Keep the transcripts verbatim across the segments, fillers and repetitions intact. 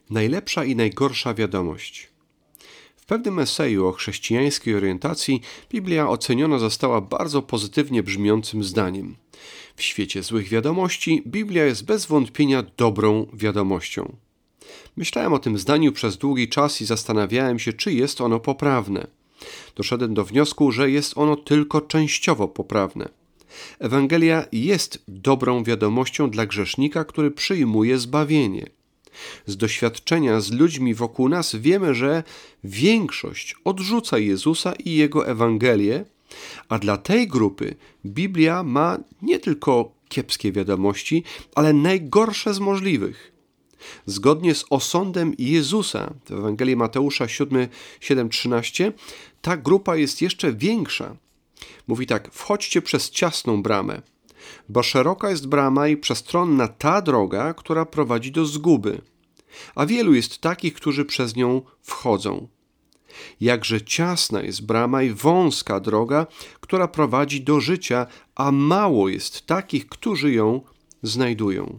Najlepsza i najgorsza wiadomość. W pewnym eseju o chrześcijańskiej orientacji Biblia oceniona została bardzo pozytywnie brzmiącym zdaniem. W świecie złych wiadomości Biblia jest bez wątpienia dobrą wiadomością. Myślałem o tym zdaniu przez długi czas i zastanawiałem się, czy jest ono poprawne. Doszedłem do wniosku, że jest ono tylko częściowo poprawne. Ewangelia jest dobrą wiadomością dla grzesznika, który przyjmuje zbawienie. Z doświadczenia z ludźmi wokół nas wiemy, że większość odrzuca Jezusa i Jego Ewangelię, a dla tej grupy Biblia ma nie tylko kiepskie wiadomości, ale najgorsze z możliwych. Zgodnie z osądem Jezusa w Ewangelii Mateusza siedem trzynaście ta grupa jest jeszcze większa. Mówi tak: wchodźcie przez ciasną bramę, bo szeroka jest brama i przestronna ta droga, która prowadzi do zguby, a wielu jest takich, którzy przez nią wchodzą. Jakże ciasna jest brama i wąska droga, która prowadzi do życia, a mało jest takich, którzy ją znajdują.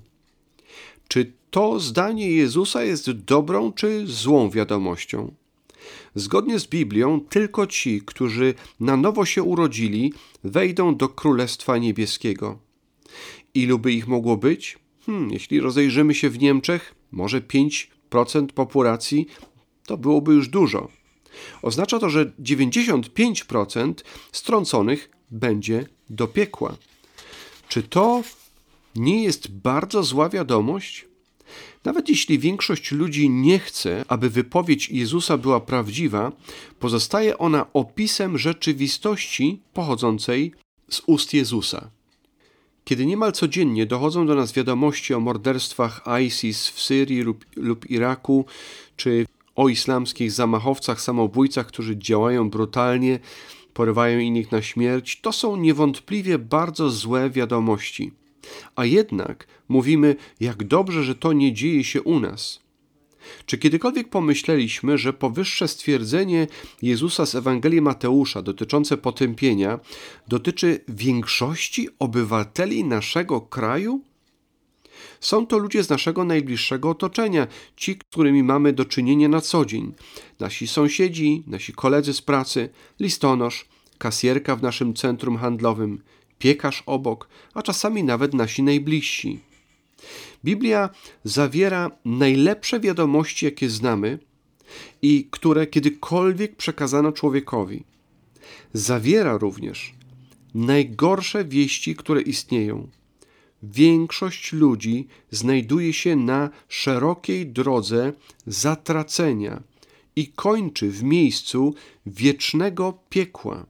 Czy to zdanie Jezusa jest dobrą czy złą wiadomością? Zgodnie z Biblią, tylko ci, którzy na nowo się urodzili, wejdą do Królestwa Niebieskiego. Ilu by ich mogło być? Hmm, jeśli rozejrzymy się w Niemczech, może pięć procent populacji, to byłoby już dużo. Oznacza to, że dziewięćdziesiąt pięć procent strąconych będzie do piekła. Czy to nie jest bardzo zła wiadomość? Nawet jeśli większość ludzi nie chce, aby wypowiedź Jezusa była prawdziwa, pozostaje ona opisem rzeczywistości pochodzącej z ust Jezusa. Kiedy niemal codziennie dochodzą do nas wiadomości o morderstwach ISIS w Syrii lub, lub Iraku, czy o islamskich zamachowcach, samobójcach, którzy działają brutalnie, porywają innych na śmierć, to są niewątpliwie bardzo złe wiadomości. A jednak mówimy, jak dobrze, że to nie dzieje się u nas. Czy kiedykolwiek pomyśleliśmy, że powyższe stwierdzenie Jezusa z Ewangelii Mateusza dotyczące potępienia dotyczy większości obywateli naszego kraju? Są to ludzie z naszego najbliższego otoczenia, ci, z którymi mamy do czynienia na co dzień. Nasi sąsiedzi, nasi koledzy z pracy, listonosz, kasjerka w naszym centrum handlowym, piekarz obok, a czasami nawet nasi najbliżsi. Biblia zawiera najlepsze wiadomości, jakie znamy i które kiedykolwiek przekazano człowiekowi. Zawiera również najgorsze wieści, które istnieją. Większość ludzi znajduje się na szerokiej drodze zatracenia i kończy w miejscu wiecznego piekła.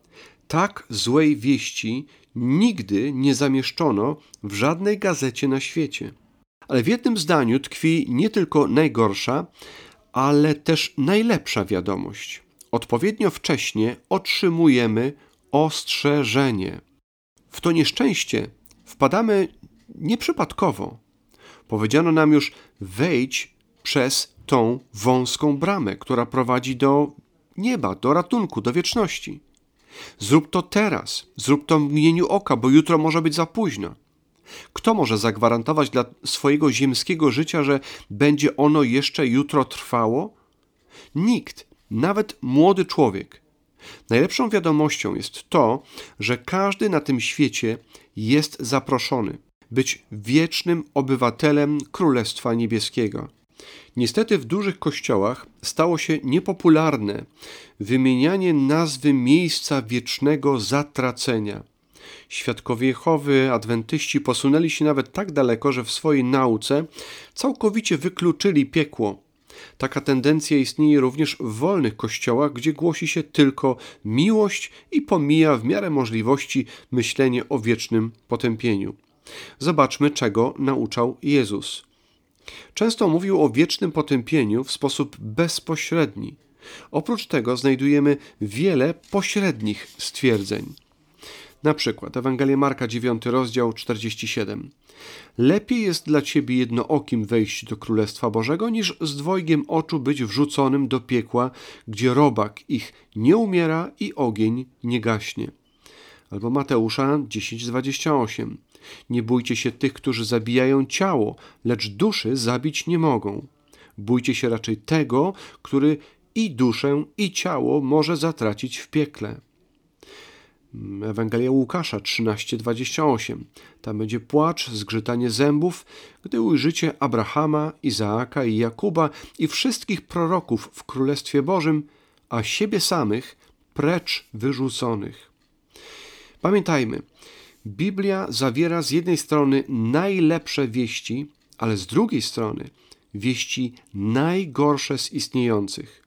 Tak złej wieści nigdy nie zamieszczono w żadnej gazecie na świecie. Ale w jednym zdaniu tkwi nie tylko najgorsza, ale też najlepsza wiadomość. Odpowiednio wcześnie otrzymujemy ostrzeżenie. W to nieszczęście wpadamy nieprzypadkowo. Powiedziano nam już: wejdź przez tą wąską bramę, która prowadzi do nieba, do ratunku, do wieczności. Zrób to teraz, zrób to w mgnieniu oka, bo jutro może być za późno. Kto może zagwarantować dla swojego ziemskiego życia, że będzie ono jeszcze jutro trwało? Nikt, nawet młody człowiek. Najlepszą wiadomością jest to, że każdy na tym świecie jest zaproszony być wiecznym obywatelem Królestwa Niebieskiego. Niestety w dużych kościołach stało się niepopularne wymienianie nazwy miejsca wiecznego zatracenia. Świadkowie Jehowy, adwentyści posunęli się nawet tak daleko, że w swojej nauce całkowicie wykluczyli piekło. Taka tendencja istnieje również w wolnych kościołach, gdzie głosi się tylko miłość i pomija w miarę możliwości myślenie o wiecznym potępieniu. Zobaczmy, czego nauczał Jezus. Często mówił o wiecznym potępieniu w sposób bezpośredni. Oprócz tego znajdujemy wiele pośrednich stwierdzeń. Na przykład Ewangelia Marka, dziewiąty rozdział, czterdziesty siódmy. Lepiej jest dla ciebie jednookim wejść do Królestwa Bożego, niż z dwojgiem oczu być wrzuconym do piekła, gdzie robak ich nie umiera i ogień nie gaśnie. Albo Mateusza dziesięć, dwadzieścia osiem. Nie bójcie się tych, którzy zabijają ciało, lecz duszy zabić nie mogą. Bójcie się raczej tego, który i duszę, i ciało może zatracić w piekle. Ewangelia Łukasza trzynaście dwadzieścia osiem. Tam będzie płacz, zgrzytanie zębów, gdy ujrzycie Abrahama, Izaaka i Jakuba i wszystkich proroków w Królestwie Bożym, a siebie samych precz wyrzuconych. Pamiętajmy, Biblia zawiera z jednej strony najlepsze wieści, ale z drugiej strony wieści najgorsze z istniejących.